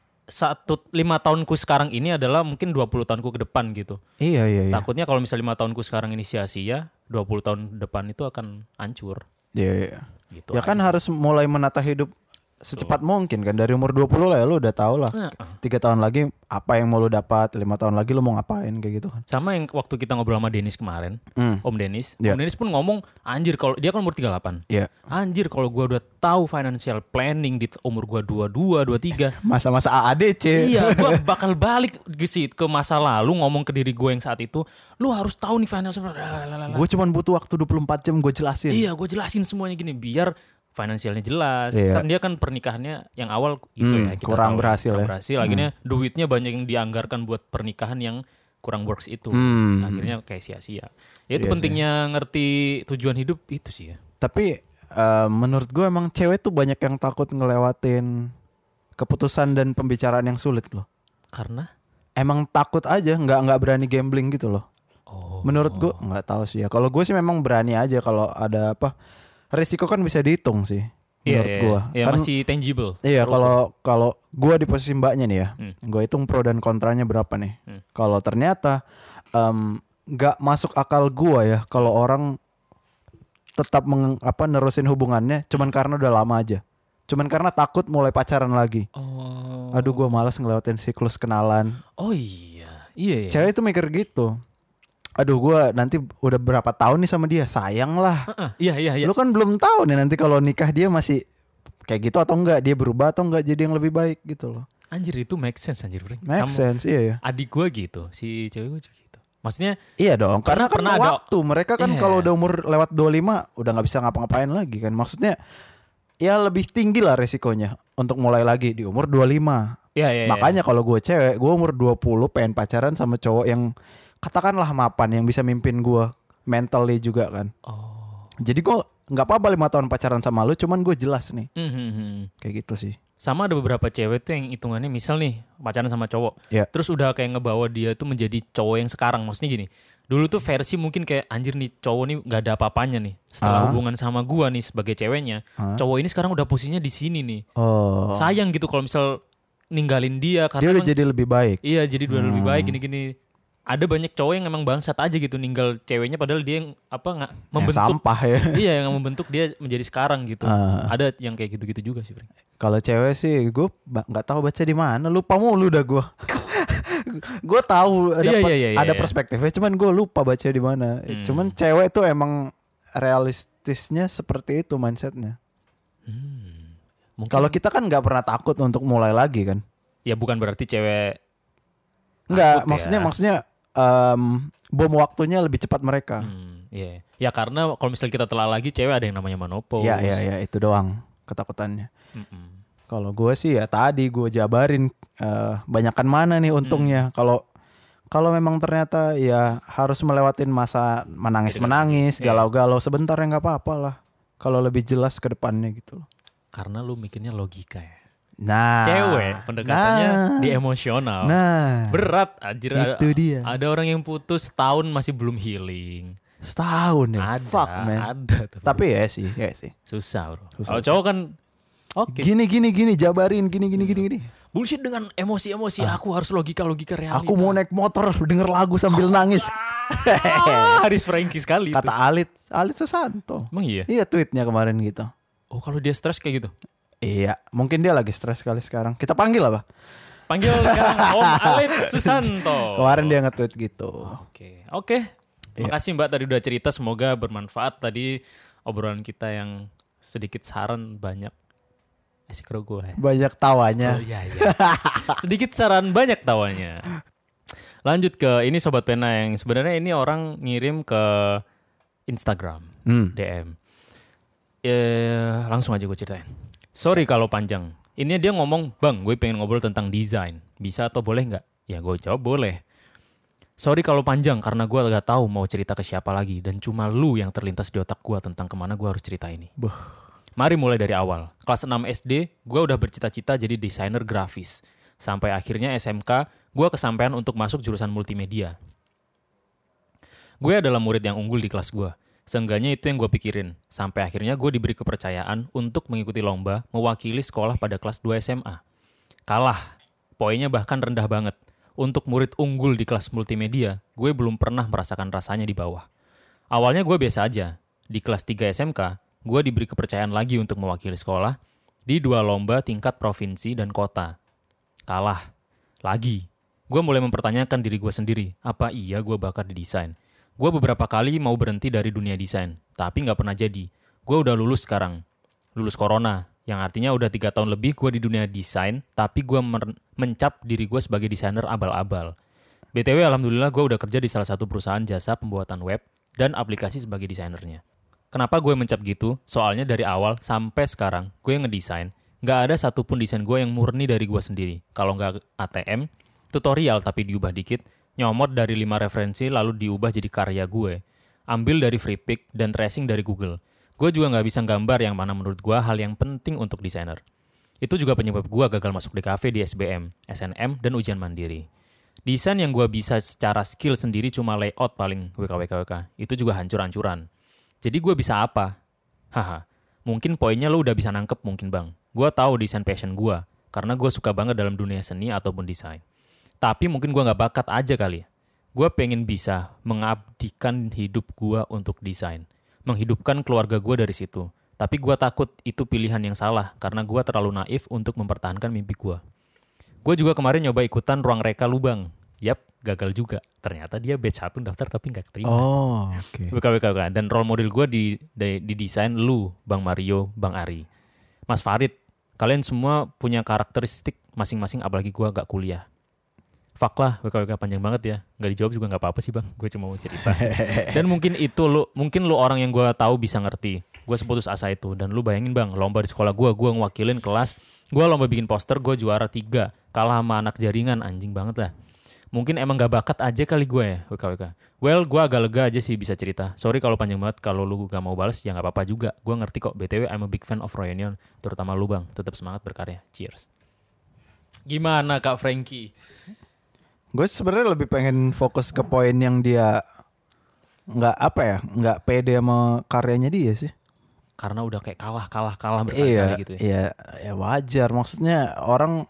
5 tahunku sekarang ini adalah mungkin 20 tahunku ke depan gitu. Iya. Takutnya kalau misalnya 5 tahunku sekarang ini sia-sia, 20 tahun depan itu akan hancur. Iya. Gitu Ya kan harus mulai menata hidup secepat mungkin kan. Dari umur 20 lah ya lu udah tau lah. Nah, 3 tahun lagi apa yang mau lu dapat, 5 tahun lagi lu mau ngapain kayak gitu kan. sama yang waktu kita ngobrol sama Dennis kemarin, Om Dennis. Iya. Om Dennis pun ngomong, anjir kalau dia kan umur 38. Iya. Anjir kalau gua udah tahu financial planning di umur gua 22, 23. Masa-masa AADC. Iya, gua bakal balik ke masa lalu ngomong ke diri gue yang saat itu, lu harus tahu nih financial planning. Gue cuma butuh waktu 24 jam gue jelasin. Iya, gue jelasin semuanya gini biar finansialnya jelas. Iya. Kan dia kan pernikahannya yang awal itu ya kita kurang tahu, berhasil kurang ya. berhasil. Akhirnya duitnya banyak yang dianggarkan buat pernikahan yang kurang works itu. Akhirnya kayak sia-sia. Ya itu Iya pentingnya ngerti tujuan hidup itu sih ya. Tapi menurut gue emang cewek tuh banyak yang takut ngelewatin keputusan dan pembicaraan yang sulit loh. Karena Emang takut aja, nggak berani gambling gitu loh. Menurut gue nggak tahu sih ya. Kalau gue sih memang berani aja kalau ada apa. Risiko kan bisa dihitung sih. Menurut gue. Ya Kan, masih tangible. iya kalau gue di posisi mbaknya nih ya, gue hitung pro dan kontranya berapa nih. Kalau ternyata nggak masuk akal gue ya kalau orang tetap nerusin hubungannya cuman karena udah lama aja. Cuman karena takut mulai pacaran lagi. Aduh gue malas ngelewatin siklus kenalan. Oh iya. Iya ya. Cewek itu mikir gitu. Aduh gue nanti udah berapa tahun nih sama dia. Sayang lah. Iya. Lu kan belum tahu nih nanti kalau nikah dia masih kayak gitu atau enggak. Dia berubah atau enggak jadi yang lebih baik gitu loh. Anjir itu make sense anjir. Make sense iya ya. Adik gue gitu. Si cewek gue juga gitu. Maksudnya Iya dong. Karena kan pernah ada- waktu. Mereka kan Iya. kalau udah umur lewat 25 udah gak bisa ngapa-ngapain lagi kan. Maksudnya ya lebih tinggi lah resikonya untuk mulai lagi di umur 25. Iya. Makanya kalau gue cewek, gue umur 20 pengen pacaran sama cowok yang katakanlah mapan, yang bisa mimpin gue mentally juga kan. Jadi gue nggak apa-apa 5 tahun pacaran sama lu, cuman gue jelas nih. Kayak gitu sih. Sama ada beberapa cewek tuh yang hitungannya misal nih pacaran sama cowok. Iya. Terus udah kayak ngebawa dia tuh menjadi cowok yang sekarang. Maksudnya gini. Dulu tuh versi mungkin kayak anjir nih cowok nih gak ada apa-apanya nih. Setelah hubungan sama gua nih sebagai ceweknya. Cowok ini sekarang udah posisinya di sini nih. Oh. Sayang gitu kalau misal ninggalin dia. Dia Karena udah emang- jadi lebih baik. Iya jadi udah lebih baik gini-gini. Ada banyak cowok yang emang bangsat aja gitu ninggal ceweknya padahal dia yang nggak Yang membentuk. sampah ya. Iya yang membentuk dia menjadi sekarang gitu. Ada yang kayak gitu-gitu juga sih. Bro. Kalau cewek sih gue nggak tahu baca di mana. Lupa mulu dah gue. Gue tahu ada perspektifnya, cuman gue lupa baca di mana. Cuman cewek tuh emang realistisnya seperti itu mindsetnya. Mungkin Kalau kita kan nggak pernah takut untuk mulai lagi kan? ya bukan berarti cewek Nggak, takut ya. maksudnya bom waktunya lebih cepat mereka. Iya. Ya karena kalau misalnya kita telah lagi cewek ada yang namanya menopause. Ya itu doang ketakutannya. Kalau gue sih ya tadi gue jabarin banyakan mana nih untungnya. Kalau memang ternyata ya harus melewatin masa menangis galau-galau sebentar ya nggak apa-apa lah. Kalau lebih jelas ke depannya gitu loh. Karena lu mikirnya logika ya. Nah, Cewek pendekatannya di emosional. Nah, Berat anjir. Itu dia. Ada orang yang putus setahun masih belum healing. setahun ya. Ada. Fuck man. Ada tuh. Tapi ya sih. Susah bro. Susah. Kalau cowok kan oke. Gini jabarin gini. Bullshit dengan emosi-emosi. Aku harus logika realita. Aku mau naik motor denger lagu sambil nangis. Haris Franky sekali. Kata itu. Alit Susanto. Emang iya? Iya tweetnya kemarin gitu. Oh kalau dia stres kayak gitu. Iya, mungkin dia lagi stres kali sekarang. Kita panggil apa? Panggil sekarang Om Alit Susanto. Kemarin dia nge-tweet gitu. Oke. Makasih Mbak tadi udah cerita, semoga bermanfaat tadi obrolan kita yang sedikit saran banyak. Sikro gue. Banyak tawanya. Oh, iya. Sedikit saran banyak tawanya. Lanjut ke ini Sobat Pena yang sebenarnya ini orang ngirim ke Instagram DM. Langsung aja gue ceritain. Sorry kalau panjang. Ini dia ngomong, Bang, gue pengen ngobrol tentang desain. Bisa atau boleh nggak? Ya gue jawab boleh. Sorry kalau panjang karena gue gak tahu mau cerita ke siapa lagi. Dan cuma lu yang terlintas di otak gue tentang kemana gue harus cerita ini. Mari mulai dari awal. Kelas 6 SD, gue udah bercita-cita jadi desainer grafis. Sampai akhirnya SMK, gue kesampaian untuk masuk jurusan multimedia. Gue adalah murid yang unggul di kelas gue. Seenggaknya itu yang gue pikirin. Sampai akhirnya gue diberi kepercayaan untuk mengikuti lomba mewakili sekolah pada kelas 2 SMA. Kalah. Poinnya bahkan rendah banget. Untuk murid unggul di kelas multimedia, gue belum pernah merasakan rasanya di bawah. Awalnya gue biasa aja. Di kelas 3 SMK, gue diberi kepercayaan lagi untuk mewakili sekolah di 2 lomba tingkat provinsi dan kota. Kalah. Lagi. Gue mulai mempertanyakan diri gue sendiri. Apa iya gue bakat di desain? Gue beberapa kali mau berhenti dari dunia desain, tapi gak pernah jadi. Gue udah lulus sekarang. Lulus corona, yang artinya udah 3 tahun lebih gue di dunia desain, tapi gue mencap diri gue sebagai desainer abal-abal. BTW alhamdulillah gue udah kerja di salah satu perusahaan jasa pembuatan web dan aplikasi sebagai desainernya. Kenapa gue mencap gitu? Soalnya dari awal sampai sekarang gue ngedesain, nggak ada satupun desain gue yang murni dari gue sendiri. Kalau nggak ATM, tutorial tapi diubah dikit, nyomot dari 5 referensi lalu diubah jadi karya gue. Ambil dari free pick dan tracing dari Google. Gue juga nggak bisa gambar yang mana menurut gue hal yang penting untuk desainer. Itu juga penyebab gue gagal masuk di kafe di SBM, SNM, dan ujian mandiri. Desain yang gue bisa secara skill sendiri cuma layout paling WK. Itu juga hancur-hancuran. Jadi gue bisa apa? Haha, mungkin poinnya lo udah bisa nangkep mungkin bang. Gue tahu desain passion gue, karena gue suka banget dalam dunia seni ataupun desain. Tapi mungkin gue gak bakat aja kali ya. Gue pengen bisa mengabdikan hidup gue untuk desain. Menghidupkan keluarga gue dari situ. Tapi gue takut itu pilihan yang salah, karena gue terlalu naif untuk mempertahankan mimpi gue. Gue juga kemarin nyoba ikutan ruang reka Lubang. Yap, gagal juga. Ternyata dia batch 1 daftar tapi gak keterima. Oh, oke. WK. Dan role model gue di desain lu, Bang Mario, Bang Ari. Mas Farid, kalian semua punya karakteristik masing-masing apalagi gue gak kuliah. Fuck lah, WK panjang banget ya. Gak dijawab juga gak apa-apa sih bang. Gue cuma mau cerita. Dan mungkin lu orang yang gue tahu bisa ngerti. Gue seputus asa itu. Dan lu bayangin bang, lomba di sekolah gue ngewakilin kelas. Gue lomba bikin poster, gue juara 3. Kalah sama anak jaringan, anjing banget lah. Mungkin emang gak bakat aja kali gue ya, WK. Well, gue agak lega aja sih bisa cerita. Sorry kalau panjang banget, kalau lu gak mau balas ya gak apa-apa juga. Gue ngerti kok, BTW I'm a big fan of Reunion. Terutama lu bang, tetap semangat berkarya. Cheers. Gimana Kak Frankie? Gue sebenarnya lebih pengen fokus ke poin yang dia nggak pede sama karyanya dia sih. Karena udah kayak kalah berkali-kali gitu ya. Iya, wajar. Maksudnya orang,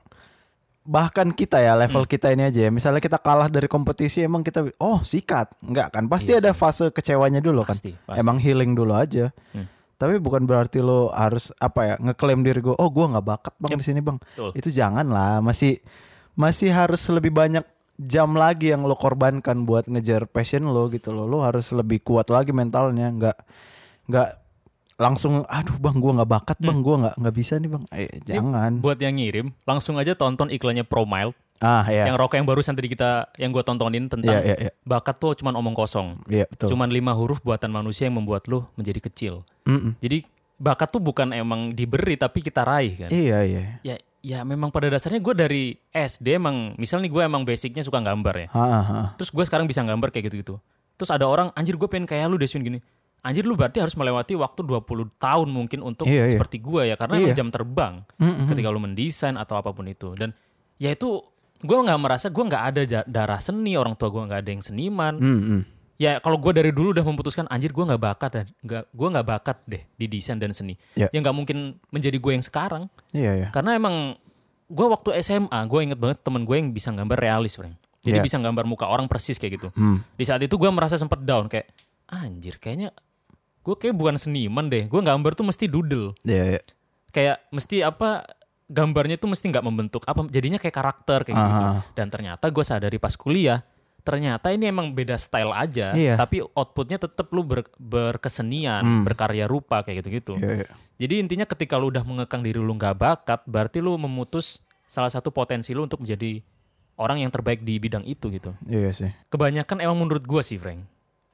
bahkan kita ya level kita ini aja ya. Misalnya kita kalah dari kompetisi, emang kita sikat. Enggak kan? Pasti ada fase kecewanya dulu pasti. Emang healing dulu aja. Tapi bukan berarti lo harus ngeklaim diri gue, gue nggak bakat bang di sini bang. Betul. Itu jangan lah. Masih harus lebih banyak jam lagi yang lo korbankan buat ngejar passion lo gitu lo. Lo harus lebih kuat lagi mentalnya. Nggak langsung bang gue nggak bakat bang, gue nggak bisa nih bang. Jangan. Buat yang ngirim langsung aja tonton iklannya ProMild. Iya. Yang rokok yang barusan tadi yang gue tontonin tentang bakat tuh cuman omong kosong. Iya, betul. Cuman 5 huruf buatan manusia yang membuat lu menjadi kecil. Jadi bakat tuh bukan emang diberi tapi kita raih kan. Iya. Ya memang pada dasarnya gue dari SD emang, misal nih gue emang basicnya suka gambar ya. Terus gue sekarang bisa gambar kayak gitu-gitu. Terus ada orang, anjir gue pengen kayak lu Deswin gini. Anjir lu berarti harus melewati waktu 20 tahun mungkin untuk seperti gue ya. Karena emang jam terbang ketika lu mendesain atau apapun itu. Dan ya itu gue gak merasa, gue gak ada darah seni, orang tua gue gak ada yang seniman. Ya kalau gue dari dulu udah memutuskan anjir gue gak bakat, gue gak bakat deh di desain dan seni. Ya gak mungkin menjadi gue yang sekarang. Karena emang gue waktu SMA, gue inget banget temen gue yang bisa gambar realis, Frank. Jadi bisa gambar muka orang persis kayak gitu. Di saat itu gue merasa sempet down, kayak anjir kayaknya gue kayak bukan seniman deh. Gue gambar tuh mesti doodle. Kayak mesti gambarnya tuh mesti gak membentuk jadinya kayak karakter kayak gitu. Dan ternyata gue sadari pas kuliah, ternyata ini emang beda style aja, tapi outputnya tetap lu berkesenian, berkarya rupa kayak gitu-gitu. Jadi intinya ketika lu udah mengekang diri lu gak bakat, berarti lu memutus salah satu potensi lu untuk menjadi orang yang terbaik di bidang itu gitu. Iya sih. Kebanyakan emang menurut gue sih, Frank.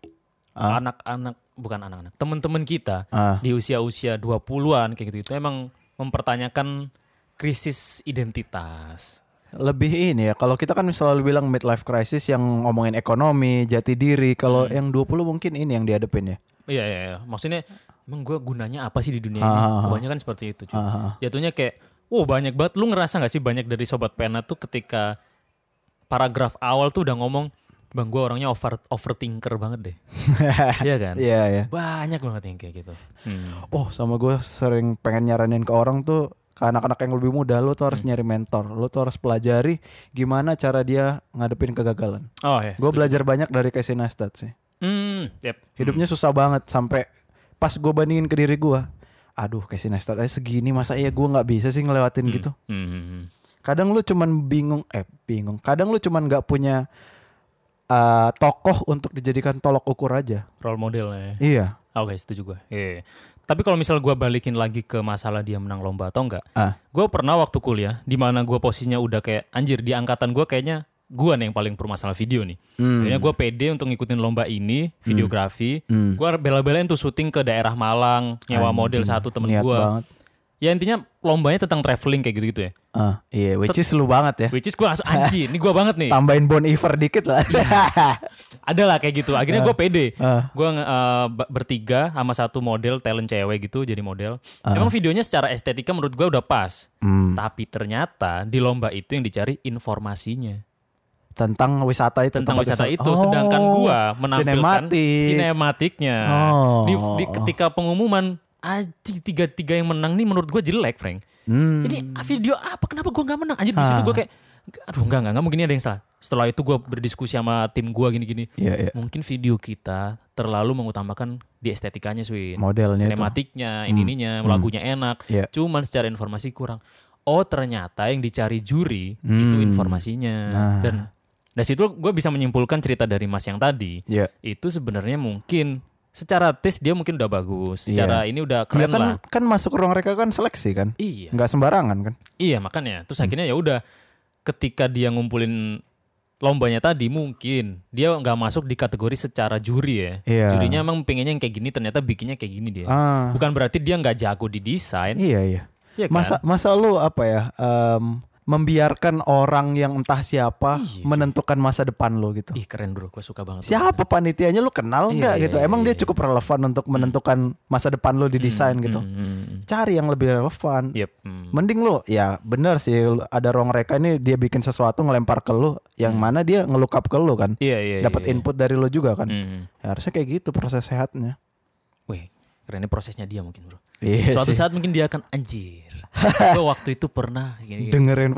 Anak-anak, teman-teman kita di usia-usia 20-an kayak gitu, emang mempertanyakan krisis identitas. Lebih ini ya, kalau kita kan selalu bilang midlife crisis yang ngomongin ekonomi, jati diri. Kalau yang 20 mungkin ini yang dihadapin ya. Iya. Maksudnya emang gue gunanya apa sih di dunia ini? Kebanyakan seperti itu. Jatuhnya kayak, banyak banget. Lu ngerasa gak sih banyak dari Sobat Pena tuh ketika paragraf awal tuh udah ngomong, bang gue orangnya overthinker banget deh. Iya kan? Iya. Banyak banget yang kayak gitu. Sama gue sering pengen nyaranin ke orang tuh, ke anak-anak yang lebih muda, lu tuh harus nyari mentor. Lu tuh harus pelajari gimana cara dia ngadepin kegagalan. Gue belajar banyak dari Casey Neistat sih. Hidupnya susah banget, sampai pas gue bandingin ke diri gue, Casey Neistat aja segini, masa iya gue gak bisa sih ngelewatin gitu. Kadang lu cuman bingung. Kadang lu cuman gak punya tokoh untuk dijadikan tolok ukur aja. Role model ya. Iya. Oke, setuju gue. Tapi kalau misal gue balikin lagi ke masalah dia menang lomba atau enggak, gue pernah waktu kuliah di mana gue posisinya udah kayak anjir, di angkatan gue kayaknya gue nih yang paling bermasalah video nih. Akhirnya gue pede untuk ngikutin lomba ini, videografi. Gue bela-belain tuh syuting ke daerah Malang, nyewa model satu temen niat gue. banget. Ya intinya lombanya tentang traveling kayak gitu-gitu ya. Iya, which is lu banget ya. Which is gue langsung anjir, ini gue banget nih. Tambahin Bon Iver dikit lah. Ada lah kayak gitu. Akhirnya gue pede. Gue bertiga sama satu model talent cewek gitu jadi model. Emang videonya secara estetika menurut gue udah pas. Tapi ternyata di lomba itu yang dicari informasinya. Tentang wisata itu. Tentang wisata itu. Sedangkan gue menampilkan sinematiknya. Ketika pengumuman, tiga yang menang nih menurut gue jelek, Frank. Ini video apa? Kenapa gue nggak menang? Anjir di situ gue kayak, aduh enggak mungkin ini ada yang salah. Setelah itu gue berdiskusi sama tim gue gini-gini. Mungkin video kita terlalu mengutamakan di estetikanya, Swin. Modelnya, sinematiknya, ininya, lagunya enak. Cuman secara informasi kurang. Oh ternyata yang dicari juri itu informasinya. Dan dari situ gue bisa menyimpulkan cerita dari Mas yang tadi. Itu sebenarnya mungkin secara tes dia mungkin udah bagus. Secara ini udah keren lah. Kan masuk ruang mereka kan seleksi kan. Iya. Nggak sembarangan kan. Iya makanya. Terus akhirnya ya udah ketika dia ngumpulin lombanya tadi mungkin dia nggak masuk di kategori secara juri ya. Jurinya emang pengennya yang kayak gini ternyata bikinnya kayak gini dia. Bukan berarti dia nggak jago di desain. Iya. Ya kan? Masa lu apa ya? Membiarkan orang yang entah siapa menentukan masa depan lo gitu. Ih keren bro, gue suka banget. Siapa panitianya lu kenal nggak gitu? Emang dia cukup relevan untuk menentukan masa depan lo di desain gitu. Cari yang lebih relevan. Mending lu ya bener sih ada ruang mereka ini dia bikin sesuatu ngelempar ke lu yang mana dia ngelook up ke lu kan. Dapat input dari lu juga kan. Ya, harusnya kayak gitu proses sehatnya. Wih kerennya prosesnya dia mungkin bro. Suatu saat mungkin dia akan anjir. Gue waktu itu pernah dengerin.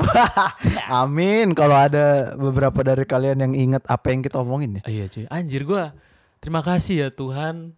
Amin kalau ada beberapa dari kalian yang ingat apa yang kita omongin ya. Iya cuy. Anjir gue terima kasih ya Tuhan.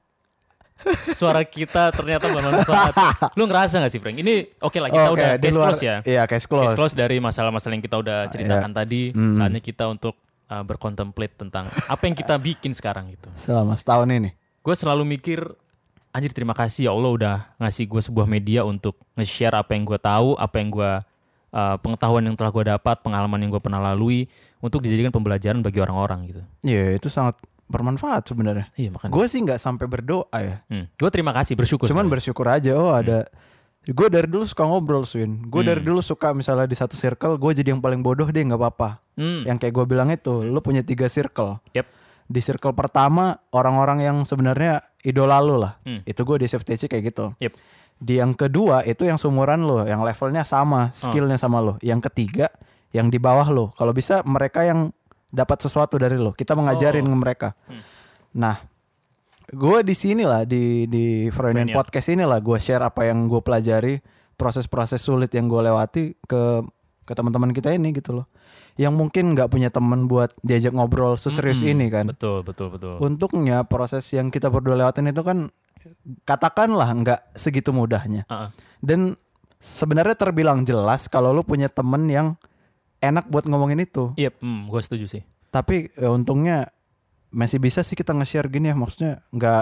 Suara kita ternyata bermanfaat. Lu ngerasa gak sih Frank? Ini oke lah kita udah case close ya. Iya case close. Case close dari masalah-masalah yang kita udah ceritakan tadi. Saatnya kita untuk berkontemplate tentang apa yang kita bikin sekarang gitu. Selama setahun ini. Gue selalu mikir anjir terima kasih ya Allah udah ngasih gue sebuah media untuk nge-share apa yang gue tahu, apa yang gue pengetahuan yang telah gue dapat, pengalaman yang gue pernah lalui untuk dijadikan pembelajaran bagi orang-orang gitu. Iya itu sangat bermanfaat sebenarnya. Iya makanya. Gue sih nggak sampai berdoa ya. Gue terima kasih bersyukur. Cuman bersyukur aja ada. Gue dari dulu suka ngobrol Swin. Gue dari dulu suka misalnya di satu circle gue jadi yang paling bodoh deh nggak apa-apa. Yang kayak gue bilang itu, lu punya 3 circle. Di circle pertama orang-orang yang sebenarnya idola lu lah. Itu gue di SFTC kayak gitu. Di yang kedua itu yang seumuran lu, yang levelnya sama, skillnya sama lu. Yang ketiga yang di bawah lu. Kalau bisa mereka yang dapat sesuatu dari lu. Kita mengajarin ke mereka. Nah, gue di sini lah di Freudian Podcast ini lah gue share apa yang gue pelajari, proses-proses sulit yang gue lewati ke teman-teman kita ini gitu loh. Yang mungkin nggak punya teman buat diajak ngobrol seserius ini kan. Betul. Untungnya proses yang kita berdua lewatin itu kan katakanlah nggak segitu mudahnya. Dan sebenarnya terbilang jelas kalau lu punya temen yang enak buat ngomongin itu. Gue setuju sih. Tapi untungnya masih bisa sih kita nge-share gini ya, maksudnya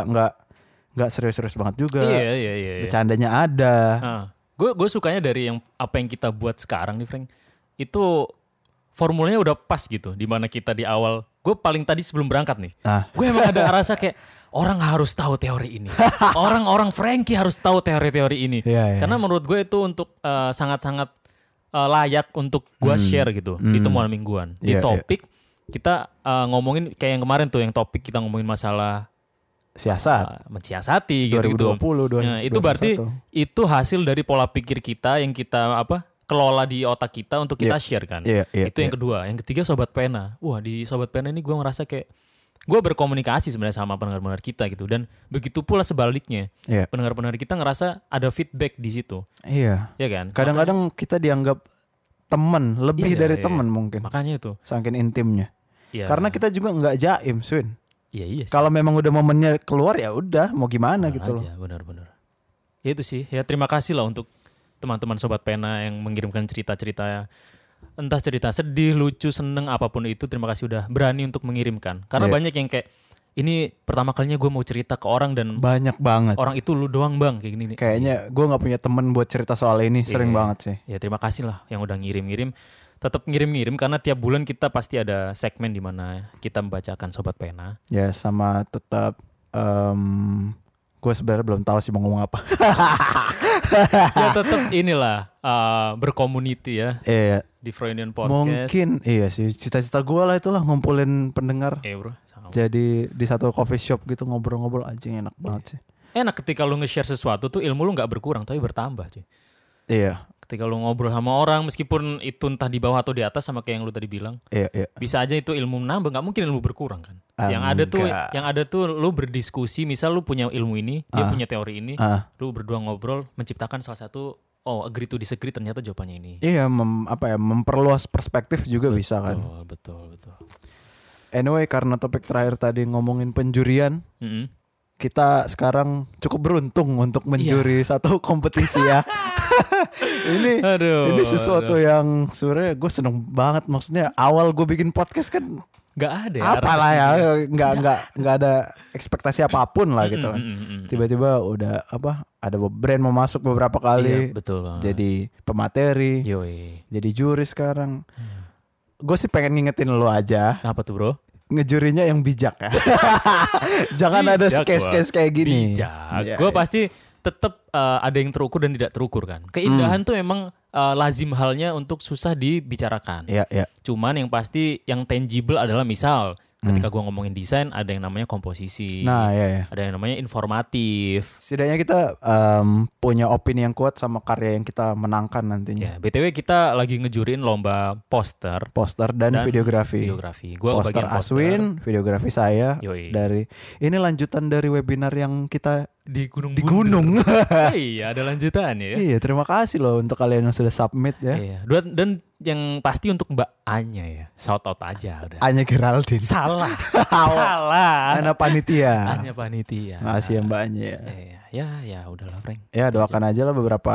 nggak serius-serius banget juga. Iya. Bercandanya ada. Gue sukanya dari apa yang kita buat sekarang nih Frank. Itu formulanya udah pas gitu. Dimana kita di awal, gue paling tadi sebelum berangkat nih, gue emang ada rasa kayak orang harus tahu teori ini. Orang-orang Frankie harus tahu teori-teori ini. Karena menurut gue itu untuk sangat-sangat layak untuk gue share gitu di temuan mingguan. Di topik kita ngomongin kayak yang kemarin tuh, yang topik kita ngomongin masalah siasat, mensiasati gitu. 2020, nah, itu berarti itu hasil dari pola pikir kita yang kita kelola di otak kita untuk kita share kan. Itu yang kedua. Yang ketiga Sobat Pena. Wah di Sobat Pena ini gue ngerasa kayak gue berkomunikasi sebenarnya sama pendengar-pendengar kita gitu. Dan begitu pula sebaliknya. Pendengar-pendengar kita ngerasa ada feedback di situ. Iya kan. Kadang-kadang kita dianggap teman, lebih dari teman mungkin. Makanya itu. Saking intimnya. Karena kita juga nggak jaim, Swin. Iya sih. Kalau memang udah momennya keluar ya udah, mau gimana gitu loh. Benar. Ya itu sih. Ya terima kasih lah untuk teman-teman Sobat Pena yang mengirimkan cerita-cerita, entah cerita sedih, lucu, seneng, apapun itu. Terima kasih udah berani untuk mengirimkan. Karena banyak yang kayak, ini pertama kalinya gue mau cerita ke orang dan banyak banget. Orang itu lu doang bang kayak gini. Kayaknya gue nggak punya temen buat cerita soal ini, sering banget sih. Ya terima kasih lah yang udah ngirim-ngirim. tetap ngirim-ngirim karena tiap bulan kita pasti ada segmen di mana kita membacakan Sobat Pena. Ya sama tetap gue sebenarnya belum tahu sih mau ngomong apa. Ya tetap inilah berkomuniti ya Iya. di Freudian Podcast. Mungkin iya sih cita-cita gue lah itulah ngumpulin pendengar. Bro, sama. Jadi di satu coffee shop gitu ngobrol-ngobrol aja enak banget sih. Enak ketika lu nge-share sesuatu tuh ilmu lu gak berkurang tapi bertambah cuy. Iya. Ketika lu ngobrol sama orang meskipun itu entah di bawah atau di atas sama kayak yang lu tadi bilang. Iya. Bisa aja itu ilmu nambah, gak mungkin ilmu berkurang kan. Yang ada tuh lu berdiskusi, misal lu punya ilmu ini, dia punya teori ini, lu berdua ngobrol menciptakan salah satu agree to disagree ternyata jawabannya ini. Iya, memperluas perspektif juga bisa kan. Betul. Anyway, karena topik terakhir tadi ngomongin penjurian, kita sekarang cukup beruntung untuk menjuri satu kompetisi ya. Ini sesuatu yang sebenarnya gue seneng banget. Maksudnya awal gue bikin podcast kan nggak ada ya, apalah ya, nggak ada ekspektasi apapun lah gitu kan. Tiba-tiba udah ada brand mau masuk beberapa kali. Iya, betul. Jadi pemateri, jadi juri sekarang. Gue sih pengen ngingetin lo aja. Apa tuh bro? Ngejurinya yang bijak ya. Jangan ada case-case kayak gini. Bijak. Gue pasti tetap ada yang terukur dan tidak terukur kan. Keindahan tuh emang lazim halnya untuk susah dibicarakan. Iya. Cuman yang pasti yang tangible adalah misal ketika gue ngomongin desain ada yang namanya komposisi. Nah, iya. Ada yang namanya informatif. Setidaknya kita punya opini yang kuat sama karya yang kita menangkan nantinya. Ya, BTW kita lagi ngejuriin lomba poster dan videografi. Gua poster Aswin, videografi saya. Dari ini lanjutan dari webinar yang kita di Gunung. Iya, ada lanjutannya ya. Iya, terima kasih loh untuk kalian yang sudah submit ya. Iya. Dan yang pasti untuk Mbak Anya ya. Shout out aja udah. Anya Geraldine. Salah. Anya panitia. Makasih ya Mbak Anya ya. Ya udahlah Frank. Ya doakan aja lah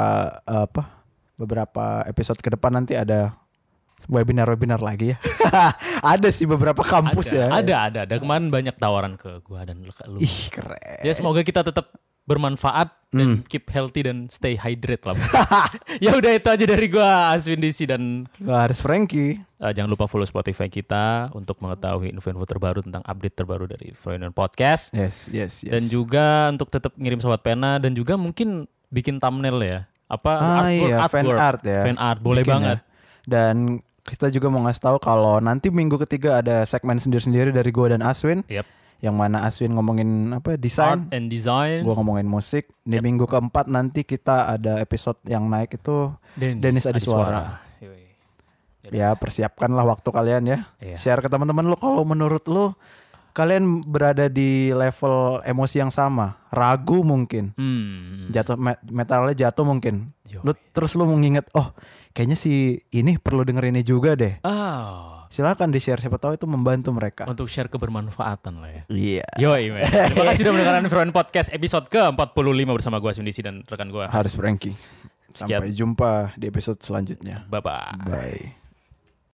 beberapa episode ke depan nanti ada webinar lagi ya. Ada sih beberapa kampus ya. Ada. Kemarin banyak tawaran ke gua dan lu. Ih, keren. Ya semoga kita tetap bermanfaat dan keep healthy dan stay hydrate lah. Ya udah itu aja dari gua Aswin DC dan Haris Franky. Jangan lupa follow Spotify kita untuk mengetahui info-info terbaru tentang update terbaru dari Freudian Podcast. Yes. Dan juga untuk tetap ngirim Sobat Pena dan juga mungkin bikin thumbnail ya. Fan art boleh bikin banget. Ya. Dan kita juga mau ngasih tahu kalau nanti minggu ketiga ada segmen sendiri-sendiri dari gue dan Aswin. Yang mana Aswin ngomongin desain, art and design. Gue ngomongin musik. Di minggu keempat nanti kita ada episode yang naik itu Dennis Adiswara. Ya persiapkanlah waktu kalian ya. Share ke teman-teman lo kalau menurut lo kalian berada di level emosi yang sama, ragu mungkin, jatuh metalnya jatuh mungkin. Terus lu mengingat, kayaknya si ini perlu denger ini juga deh. Silakan di share, siapa tahu itu membantu mereka. Untuk share kebermanfaatan lah ya. Iya. Yoi, terima kasih sudah mendengarkan Freudian Podcast episode ke-45 bersama gue Aswin DC dan rekan gue Haris Franky. Sampai jumpa di episode selanjutnya. Bye.